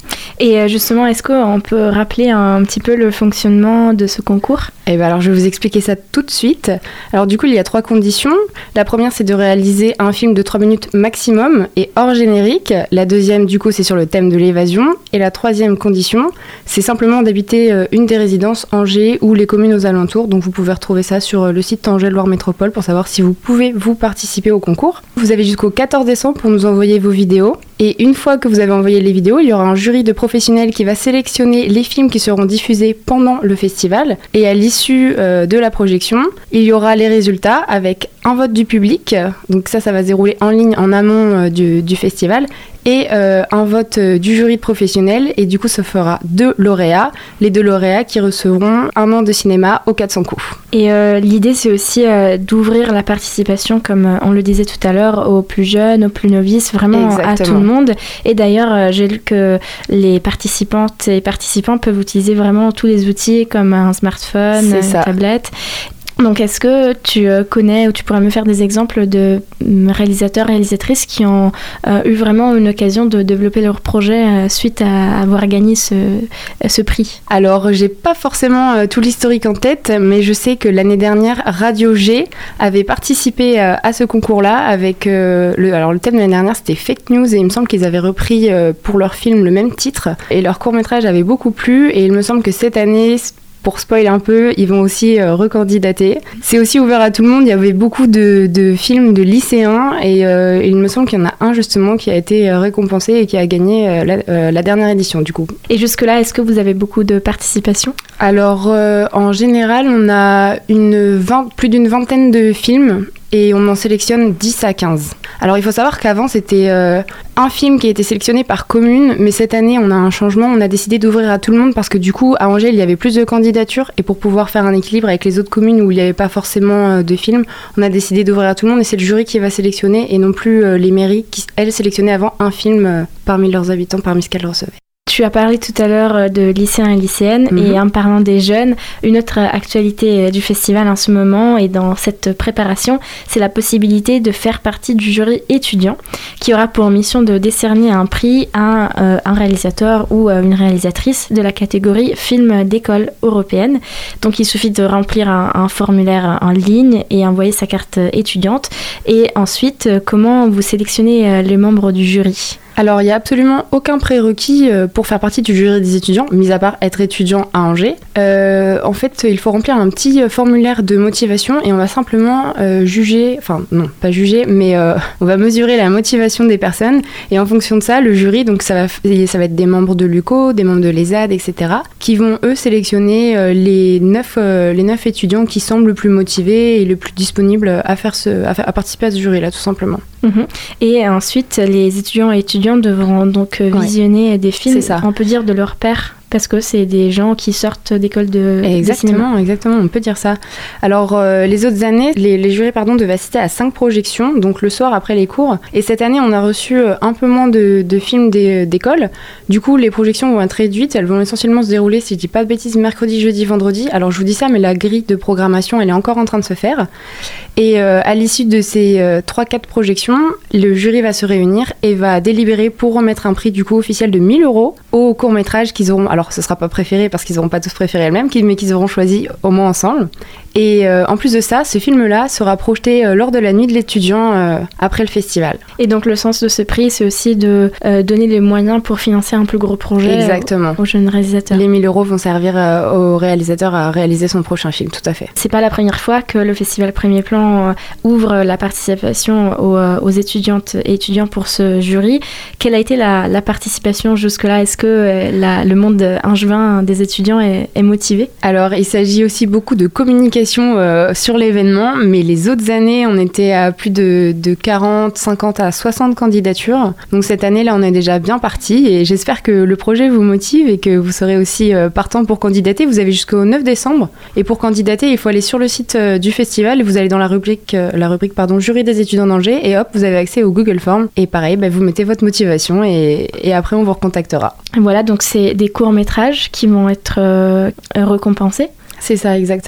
Et justement, est-ce qu'on peut rappeler un petit peu le fonctionnement de ce concours ? Eh ben alors, je vais vous expliquer ça tout de suite. Alors du coup, il y a trois conditions. La première, c'est de réaliser un film de trois minutes maximum et hors générique. La deuxième, du coup, c'est sur le thème de l'évasion. Et la troisième condition, c'est simplement d'habiter une des résidences Angers ou les communes aux alentours. Donc vous pouvez retrouver ça sur le site Angers Loire Métropole pour savoir si vous pouvez vous participer au concours. Vous avez jusqu'au quatorze décembre pour nous envoyer vos vidéos. Et une fois que vous avez envoyé les vidéos, il y aura un jury de professionnels qui va sélectionner les films qui seront diffusés pendant le festival. Et à l'issue euh, de la projection, il y aura les résultats avec un vote du public. Donc ça, ça va se dérouler en ligne en amont euh, du, du festival. Et euh, un vote euh, du jury de professionnels. Et du coup, ça fera deux lauréats. Les deux lauréats qui recevront un an de cinéma aux quatre cents coups. Et euh, l'idée, c'est aussi euh, d'ouvrir la participation, comme euh, on le disait tout à l'heure, aux plus jeunes, aux plus novices, vraiment Exactement. à tout le monde. Et d'ailleurs, euh, j'ai lu que les participantes et participants peuvent utiliser vraiment tous les outils comme un smartphone, une tablette. Donc, est-ce que tu connais ou tu pourrais me faire des exemples de réalisateurs, réalisatrices qui ont euh, eu vraiment une occasion de développer leur projet euh, suite à avoir gagné ce, ce prix ? Alors, j'ai pas forcément euh, tout l'historique en tête, mais je sais que l'année dernière, Radio G avait participé euh, à ce concours-là avec euh, le, alors le thème de l'année dernière, c'était Fake News, et il me semble qu'ils avaient repris euh, pour leur film le même titre, et leur court-métrage avait beaucoup plu, et il me semble que cette année, pour spoiler un peu, ils vont aussi euh, recandidater. C'est aussi ouvert à tout le monde. Il y avait beaucoup de, de films de lycéens et euh, il me semble qu'il y en a un justement qui a été récompensé et qui a gagné euh, la, euh, la dernière édition du coup. Et jusque-là, est-ce que vous avez beaucoup de participation ? Alors euh, en général, on a une vingt, plus d'une vingtaine de films et on en sélectionne dix à quinze. Alors il faut savoir qu'avant c'était euh, un film qui a été sélectionné par commune, mais cette année on a un changement, on a décidé d'ouvrir à tout le monde parce que du coup à Angers il y avait plus de candidatures et pour pouvoir faire un équilibre avec les autres communes où il n'y avait pas forcément euh, de films, on a décidé d'ouvrir à tout le monde et c'est le jury qui va sélectionner et non plus euh, les mairies qui elles sélectionnaient avant un film euh, parmi leurs habitants, parmi ce qu'elles recevaient. Tu as parlé tout à l'heure de lycéens et lycéennes, mmh. et en parlant des jeunes, une autre actualité du festival en ce moment et dans cette préparation, c'est la possibilité de faire partie du jury étudiant qui aura pour mission de décerner un prix à euh, un réalisateur ou euh, une réalisatrice de la catégorie film d'école européenne. Donc il suffit de remplir un, un formulaire en ligne et envoyer sa carte étudiante. Et ensuite, comment vous sélectionnez les membres du jury ? Alors, il n'y a absolument aucun prérequis pour faire partie du jury des étudiants, mis à part être étudiant à Angers. Euh, en fait, il faut remplir un petit formulaire de motivation et on va simplement euh, juger, enfin non, pas juger, mais euh, on va mesurer la motivation des personnes et en fonction de ça, le jury, donc ça va, ça va être des membres de l'U C O, des membres de l'E S A D, et cetera, qui vont eux sélectionner euh, les, neuf, euh, les neuf étudiants qui semblent le plus motivés et le plus disponibles à, faire ce, à, faire, à participer à ce jury-là, tout simplement. Mmh. Et ensuite, les étudiants et étudiantes devront donc visionner ouais. des films, on peut dire de leur père, parce que c'est des gens qui sortent d'école de, exactement, de cinéma. Exactement, on peut dire ça. Alors, euh, les autres années, les, les jurys pardon, devaient assister à cinq projections, donc le soir après les cours. Et cette année, on a reçu un peu moins de, de films des, d'école. Du coup, les projections vont être réduites. Elles vont essentiellement se dérouler, si je dis pas de bêtises, mercredi, jeudi, vendredi. Alors, je vous dis ça, mais la grille de programmation, elle est encore en train de se faire. Et euh, à l'issue de ces euh, trois quatre projections, le jury va se réunir et va délibérer pour remettre un prix du coup officiel de mille euros au court-métrage qu'ils auront... Alors, ce ne sera pas préféré parce qu'ils n'auront pas tous préféré elles-mêmes, mais qu'ils auront choisi au moins ensemble. Et euh, en plus de ça, ce film-là sera projeté euh, lors de la nuit de l'étudiant euh, après le festival. Et donc le sens de ce prix, c'est aussi de euh, donner les moyens pour financer un plus gros projet. Exactement. Aux, aux jeunes réalisateurs. Les mille euros vont servir euh, au réalisateur à réaliser son prochain film, tout à fait. C'est pas la première fois que le festival Premier Plan euh, ouvre la participation aux, euh, aux étudiantes et étudiants pour ce jury. Quelle a été la, la participation jusque-là ? Est-ce que euh, la, le monde angevin des étudiants est, est motivé ? Alors, il s'agit aussi beaucoup de communication Euh, sur l'événement, mais les autres années on était à plus de, de quarante, cinquante à soixante candidatures, donc cette année là on est déjà bien parti et j'espère que le projet vous motive et que vous serez aussi euh, partant pour candidater. Vous avez jusqu'au neuf décembre et pour candidater il faut aller sur le site euh, du festival et vous allez dans la rubrique, euh, la rubrique pardon, jury des étudiants d'Angers et hop vous avez accès au Google Form et pareil bah, vous mettez votre motivation et, et après on vous recontactera. Voilà, donc c'est des courts-métrages qui vont être euh, récompensés. C'est ça, exactement.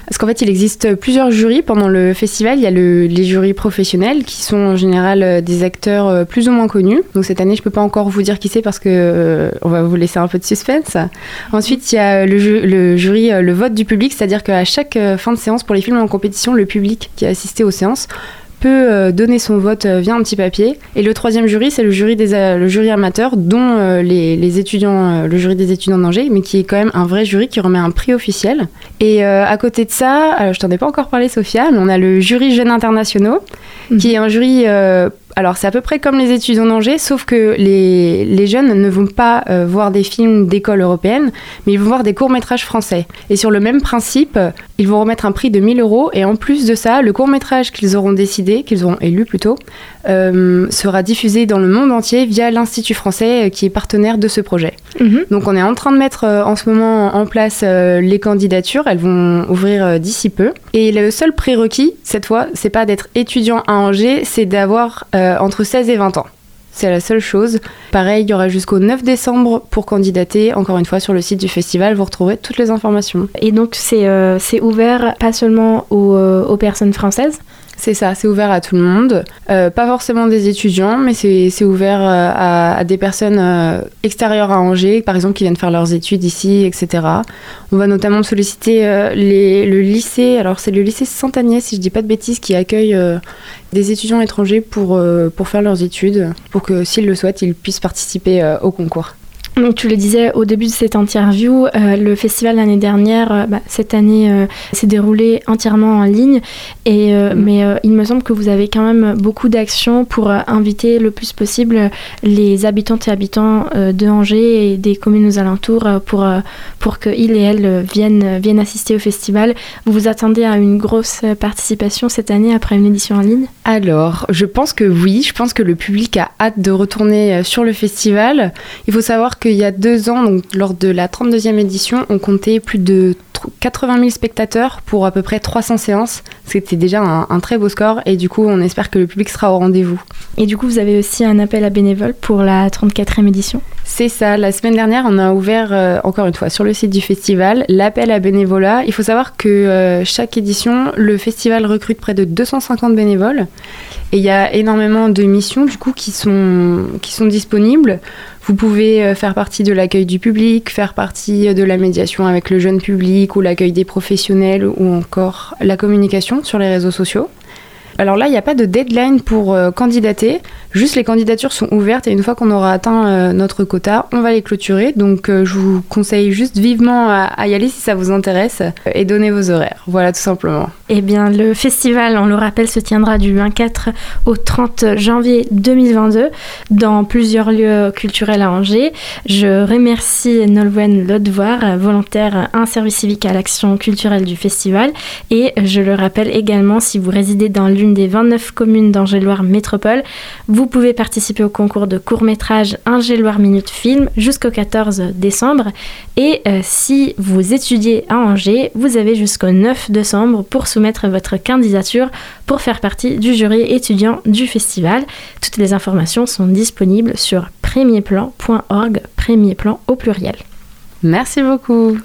Parce qu'en fait, il existe plusieurs jurys pendant le festival. Il y a le, les jurys professionnels qui sont en général des acteurs plus ou moins connus. Donc cette année, je ne peux pas encore vous dire qui c'est parce qu'on euh, va vous laisser un peu de suspense. Ensuite, il y a le, ju- le jury, le vote du public, c'est-à-dire qu'à chaque fin de séance pour les films en compétition, le public qui a assisté aux séances peut donner son vote via un petit papier. Et le troisième jury, c'est le jury, des, le jury amateur, dont les, les étudiants, le jury des étudiants d'Angers, mais qui est quand même un vrai jury qui remet un prix officiel. Et euh, à côté de ça, alors je t'en ai pas encore parlé, Sophia, mais on a le jury Jeunes Internationaux, mmh. qui est un jury... Euh, alors c'est à peu près comme les étudiants d'Angers, sauf que les, les jeunes ne vont pas euh, voir des films d'école européenne, mais ils vont voir des courts-métrages français. Et sur le même principe, ils vont remettre un prix de mille euros, et en plus de ça, le court-métrage qu'ils auront décidé, qu'ils auront élu plutôt, euh, sera diffusé dans le monde entier via l'Institut français euh, qui est partenaire de ce projet. Mmh. Donc on est en train de mettre euh, en ce moment en place euh, les candidatures, elles vont ouvrir euh, d'ici peu. Et le seul prérequis, cette fois, c'est pas d'être étudiant à Angers, c'est d'avoir euh, entre seize et vingt ans. C'est la seule chose. Pareil, il y aura jusqu'au neuf décembre pour candidater. Encore une fois, sur le site du festival, vous retrouverez toutes les informations. Et donc, c'est, euh, c'est ouvert pas seulement aux, euh, aux personnes françaises ? C'est ça, c'est ouvert à tout le monde. Euh, pas forcément des étudiants, mais c'est, c'est ouvert euh, à, à des personnes euh, extérieures à Angers, par exemple, qui viennent faire leurs études ici, et cetera. On va notamment solliciter euh, les, le lycée, alors c'est le lycée Saint-Agnès, si je dis pas de bêtises, qui accueille euh, des étudiants étrangers pour, euh, pour faire leurs études, pour que, s'ils le souhaitent, ils puissent participer euh, au concours. Donc tu le disais au début de cette interview, euh, le festival l'année dernière, euh, bah, cette année euh, s'est déroulé entièrement en ligne, et, euh, mmh. mais euh, il me semble que vous avez quand même beaucoup d'actions pour euh, inviter le plus possible les habitantes et habitants euh, de Angers et des communes aux alentours euh, pour, euh, pour qu'ils et elles viennent, viennent assister au festival. Vous vous attendez à une grosse participation cette année après une édition en ligne ? Alors, je pense que oui, je pense que le public a hâte de retourner sur le festival. Il faut savoir que Il y a deux ans, donc lors de la trente-deuxième édition, on comptait plus de quatre-vingt mille spectateurs pour à peu près trois cents séances. C'était déjà un, un très beau score, et du coup, on espère que le public sera au rendez-vous. Et du coup, vous avez aussi un appel à bénévoles pour la trente-quatrième édition ? C'est ça. La semaine dernière, on a ouvert, euh, encore une fois, sur le site du festival, l'appel à bénévolat. Il faut savoir que euh, chaque édition, le festival recrute près de deux cent cinquante bénévoles. Et il y a énormément de missions, du coup, qui sont, qui sont disponibles. Vous pouvez faire partie de l'accueil du public, faire partie de la médiation avec le jeune public ou l'accueil des professionnels ou encore la communication sur les réseaux sociaux. Alors là, il n'y a pas de deadline pour euh, candidater, juste les candidatures sont ouvertes et une fois qu'on aura atteint euh, notre quota, on va les clôturer. Donc euh, je vous conseille juste vivement à, à y aller si ça vous intéresse euh, et donner vos horaires. Voilà, tout simplement. Eh bien, le festival, on le rappelle, se tiendra du vingt-quatre au trente janvier deux mille vingt-deux dans plusieurs lieux culturels à Angers. Je remercie Nolwenn Lodvoir, volontaire un service civique à l'action culturelle du festival. Et je le rappelle également, si vous résidez dans l'une des vingt-neuf communes d'Angers-Loire Métropole, vous pouvez participer au concours de court-métrage Angers-Loire Minute Film jusqu'au quatorze décembre. Et euh, si vous étudiez à Angers, vous avez jusqu'au neuf décembre pour soumettre votre candidature pour faire partie du jury étudiant du festival. Toutes les informations sont disponibles sur premier plan point org, premier plan au pluriel. Merci beaucoup.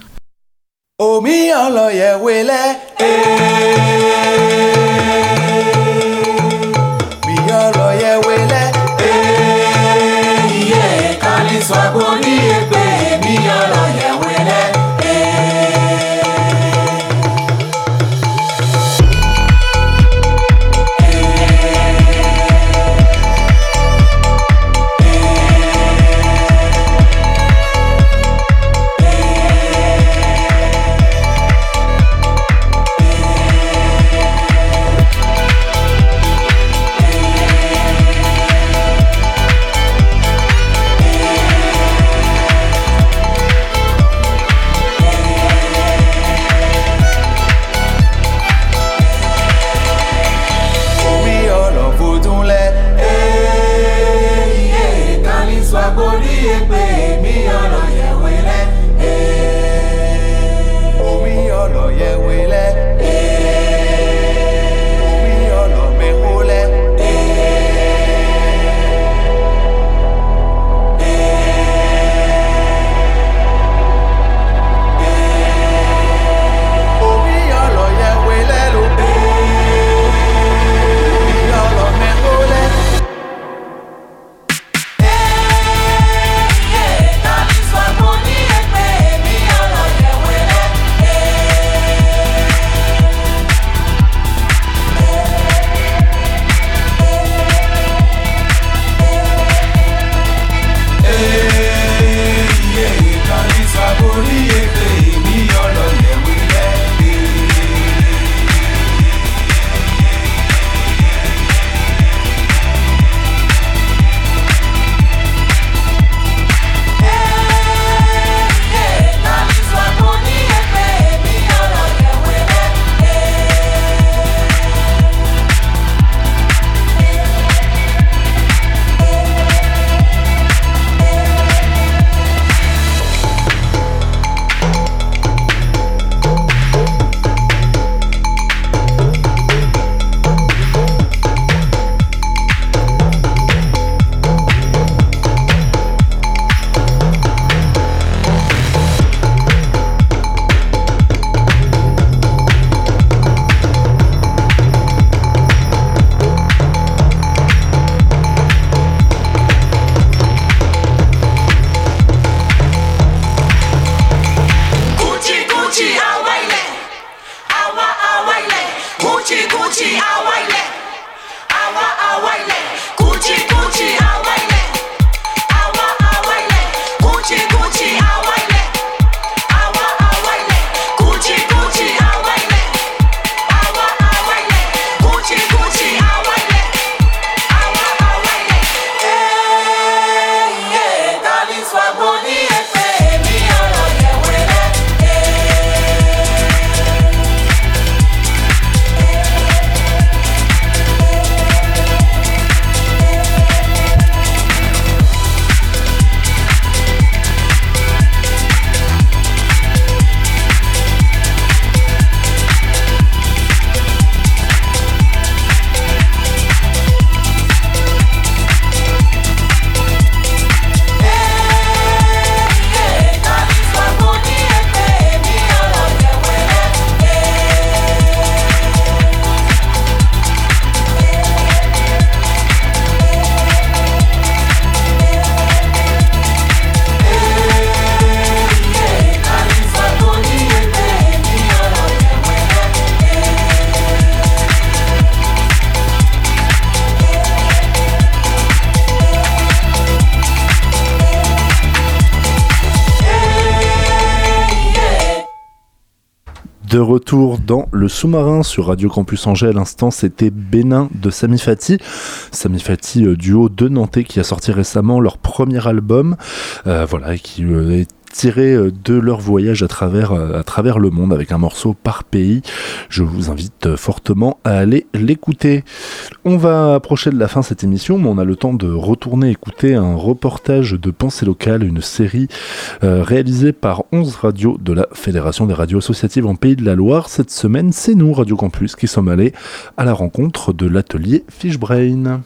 De retour dans le sous-marin sur Radio Campus Angers. À l'instant, c'était Bénin de Sami Fati. Sami Fati, euh, duo de Nantais qui a sorti récemment leur premier album. Euh, voilà, et qui euh, est tiré de leur voyage à travers, à travers le monde avec un morceau par pays. Je vous invite fortement à aller l'écouter. On va approcher de la fin de cette émission, mais on a le temps de retourner écouter un reportage de Pensée locale, une série euh, réalisée par onze radios de la Fédération des radios associatives en Pays de la Loire. Cette semaine, c'est nous, Radio Campus, qui sommes allés à la rencontre de l'atelier Fishbrain.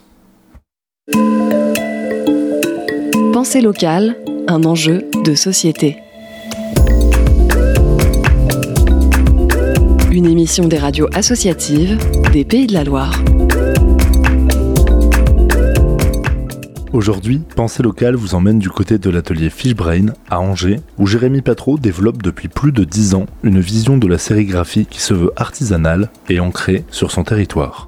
Pensée locale, un enjeu de société. Une émission des radios associatives des Pays de la Loire. Aujourd'hui, Pensée locale vous emmène du côté de l'atelier Fishbrain à Angers, où Jérémy Patreau développe depuis plus de dix ans une vision de la sérigraphie qui se veut artisanale et ancrée sur son territoire.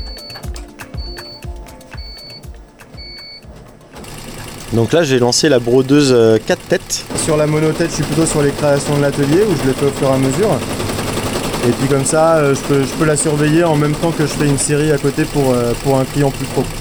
Donc là, j'ai lancé la brodeuse quatre têtes. Sur la monotête, je suis plutôt sur les créations de l'atelier où je les fais au fur et à mesure. Et puis comme ça, je peux, je peux la surveiller en même temps que je fais une série à côté pour, pour un client plus pro.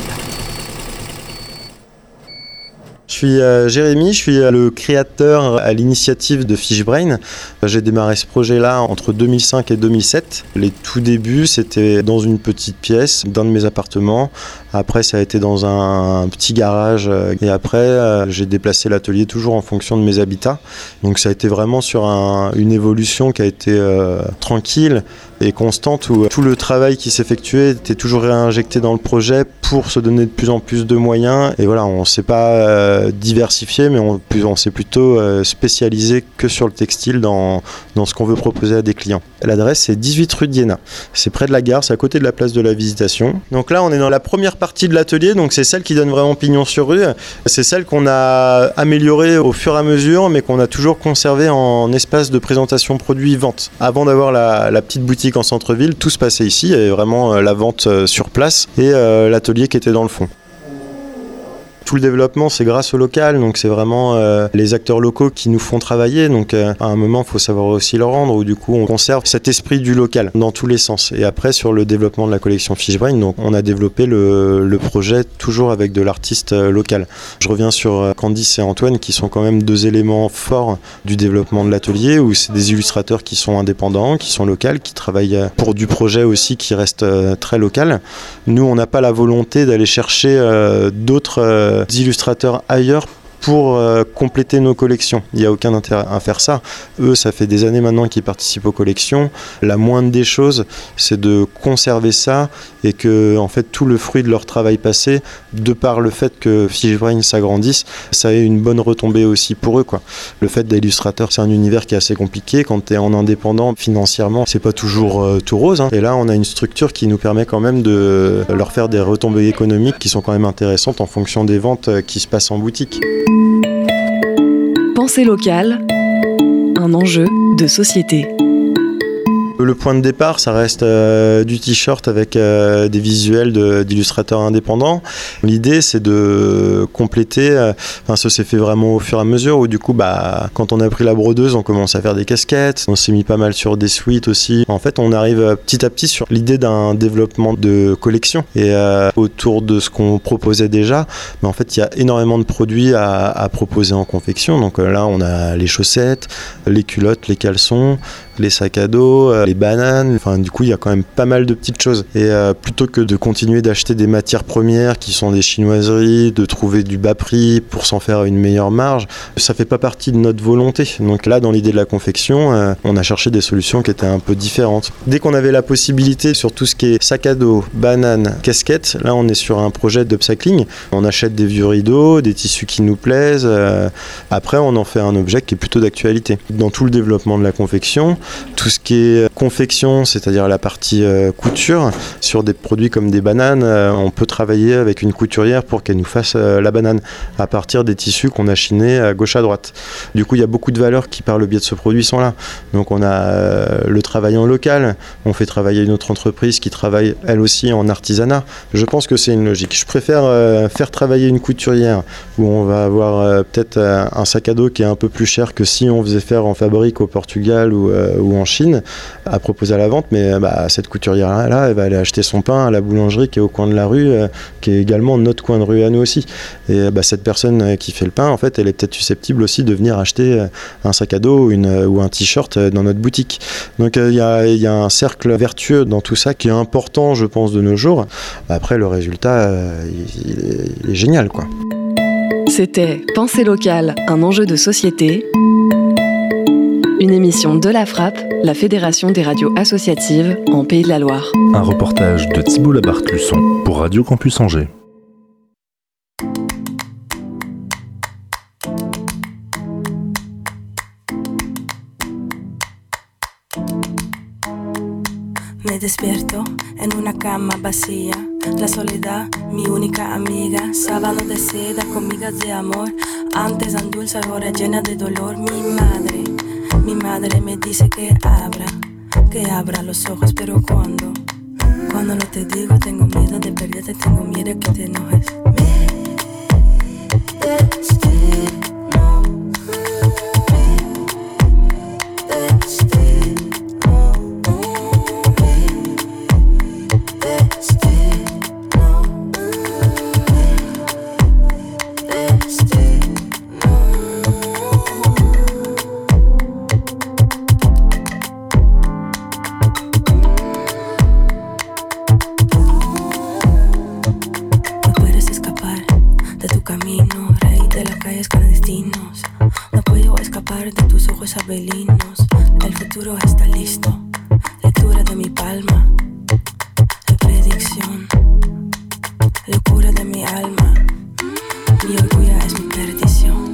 Je suis euh, Jérémy, je suis euh, le créateur à l'initiative de Fishbrain. J'ai démarré ce projet-là entre deux mille cinq et deux mille sept. Les tout débuts, c'était dans une petite pièce d'un de mes appartements. Après, ça a été dans un, un petit garage. Et après, euh, j'ai déplacé l'atelier toujours en fonction de mes habitats. Donc ça a été vraiment sur un, une évolution qui a été euh, tranquille et constante, où tout le travail qui s'effectuait était toujours réinjecté dans le projet pour se donner de plus en plus de moyens. Et voilà, on ne s'est pas euh, diversifié, mais on, on s'est plutôt euh, spécialisé que sur le textile dans, dans ce qu'on veut proposer à des clients. L'adresse, c'est dix-huit rue d'Iéna. C'est près de la gare, c'est à côté de la place de la Visitation. Donc là, on est dans la première partie de l'atelier, donc c'est celle qui donne vraiment pignon sur rue. C'est celle qu'on a améliorée au fur et à mesure, mais qu'on a toujours conservée en espace de présentation produit-vente. Avant d'avoir la, la petite boutique en centre-ville, tout se passait ici, et vraiment la vente sur place et euh, l'atelier qui était dans le fond. Tout le développement, c'est grâce au local, donc c'est vraiment euh, les acteurs locaux qui nous font travailler. Donc euh, à un moment, il faut savoir aussi le rendre, où du coup, on conserve cet esprit du local dans tous les sens. Et après, sur le développement de la collection Fishbrain, donc on a développé le, le projet toujours avec de l'artiste euh, local. Je reviens sur euh, Candice et Antoine, qui sont quand même deux éléments forts du développement de l'atelier, où c'est des illustrateurs qui sont indépendants, qui sont locaux, qui travaillent pour du projet aussi qui reste euh, très local. Nous, on n'a pas la volonté d'aller chercher euh, d'autres euh, illustrateurs ailleurs pour euh, compléter nos collections. Il n'y a aucun intérêt à faire ça. Eux, ça fait des années maintenant qu'ils participent aux collections. La moindre des choses, c'est de conserver ça et que en fait, tout le fruit de leur travail passé, de par le fait que Fishbrain s'agrandisse, ça ait une bonne retombée aussi pour eux, quoi. Le fait d'illustrateur, c'est un univers qui est assez compliqué. Quand tu es en indépendant, financièrement, c'est pas toujours euh, tout rose, hein. Et là, on a une structure qui nous permet quand même de leur faire des retombées économiques qui sont quand même intéressantes en fonction des ventes qui se passent en boutique. Pensée locale, un enjeu de société. Le point de départ, ça reste euh, du t-shirt avec euh, des visuels de, d'illustrateurs indépendants. L'idée, c'est de compléter, euh, enfin, ça s'est fait vraiment au fur et à mesure, où du coup, bah, quand on a pris la brodeuse, on commence à faire des casquettes, on s'est mis pas mal sur des suites aussi. En fait, on arrive petit à petit sur l'idée d'un développement de collection. Et euh, autour de ce qu'on proposait déjà, mais en fait, il y a énormément de produits à, à proposer en confection. Donc euh, là, on a les chaussettes, les culottes, les caleçons, les sacs à dos, les bananes, enfin du coup il y a quand même pas mal de petites choses. Et euh, plutôt que de continuer d'acheter des matières premières qui sont des chinoiseries, de trouver du bas prix pour s'en faire une meilleure marge, ça fait pas partie de notre volonté. Donc là, dans l'idée de la confection, euh, on a cherché des solutions qui étaient un peu différentes. Dès qu'on avait la possibilité sur tout ce qui est sac à dos, bananes, casquettes, là on est sur un projet d'upcycling. On achète des vieux rideaux, des tissus qui nous plaisent. Euh, après, on en fait un objet qui est plutôt d'actualité. Dans tout le développement de la confection, tout ce qui est confection, c'est-à-dire la partie euh, couture, sur des produits comme des bananes, euh, on peut travailler avec une couturière pour qu'elle nous fasse euh, la banane à partir des tissus qu'on a chinés à gauche à droite. Du coup, il y a beaucoup de valeurs qui, par le biais de ce produit, sont là. Donc on a euh, le travail en local, on fait travailler une autre entreprise qui travaille elle aussi en artisanat. Je pense que c'est une logique. Je préfère euh, faire travailler une couturière où on va avoir euh, peut-être euh, un sac à dos qui est un peu plus cher que si on faisait faire en fabrique au Portugal ou euh, euh, ou en Chine à proposer à la vente, mais bah, cette couturière-là, elle va aller acheter son pain à la boulangerie qui est au coin de la rue, euh, qui est également notre coin de rue à nous aussi. Et bah, cette personne qui fait le pain, en fait, elle est peut-être susceptible aussi de venir acheter un sac à dos ou, une, ou un t-shirt dans notre boutique. Donc il euh, y, a, y a un cercle vertueux dans tout ça qui est important, je pense, de nos jours. Après, le résultat, euh, il, il, est, il est génial, quoi. C'était Pensée locale, un enjeu de société. Une émission de la Frappe, la Fédération des radios associatives en Pays de la Loire. Un reportage de Thibault Labarthe-Luçon pour Radio Campus Angers. Me despierto en una cama vacía, la soledad, mi única amiga, sábado de seda con migas de amor, antes tan dulce, ahora llena de dolor. Mi madre, mi madre me dice que abra, que abra los ojos, pero cuando, cuando no te digo, tengo miedo de perderte, tengo miedo que te enojes. Me destino. Abelinos, el futuro está listo. Lectura de mi palma, de predicción, locura de mi alma. Mi orgullo es mi perdición.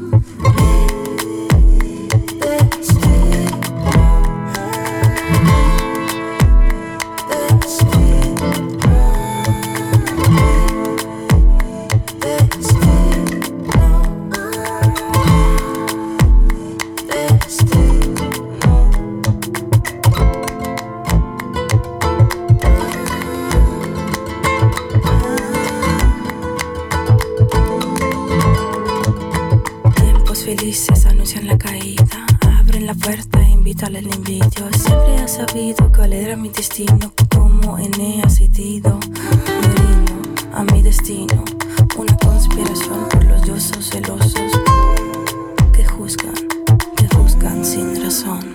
Felices anuncian la caída, abren la puerta, invítale al envidio. Siempre has sabido cuál era mi destino, como Eneas y Dido. Me rindo a mi destino, una conspiración por los dioses celosos que juzgan, que juzgan sin razón.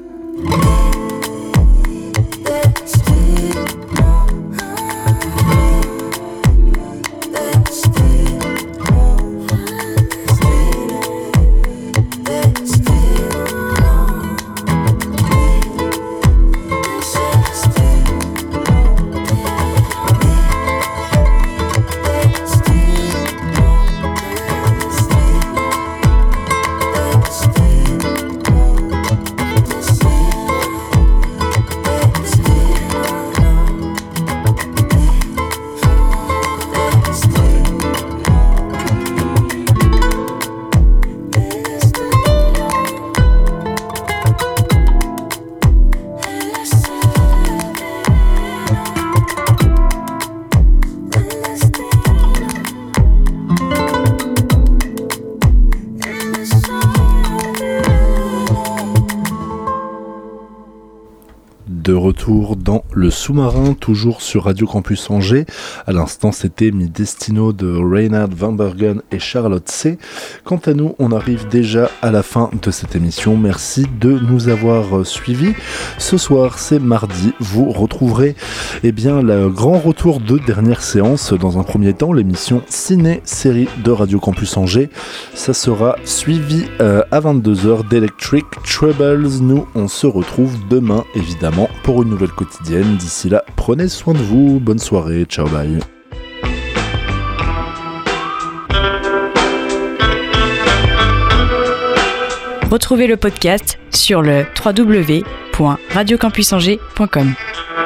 De retour dans le sous-marin, toujours sur Radio Campus Angers. À l'instant, c'était Mi Destino de Reinhard Van Bergen et Charlotte C. Quant à nous, on arrive déjà à la fin de cette émission. Merci de nous avoir suivis. Ce soir, c'est mardi. Vous retrouverez eh bien, le grand retour de dernière séance. Dans un premier temps, l'émission Ciné-Série de Radio Campus Angers. Ça sera suivi euh, à vingt-deux heures d'Electric Troubles. Nous, on se retrouve demain, évidemment, pour une nouvelle quotidienne. D'ici là, prenez soin de vous. Bonne soirée. Ciao, bye. Retrouvez le podcast sur le w w w point radio campus angers point com.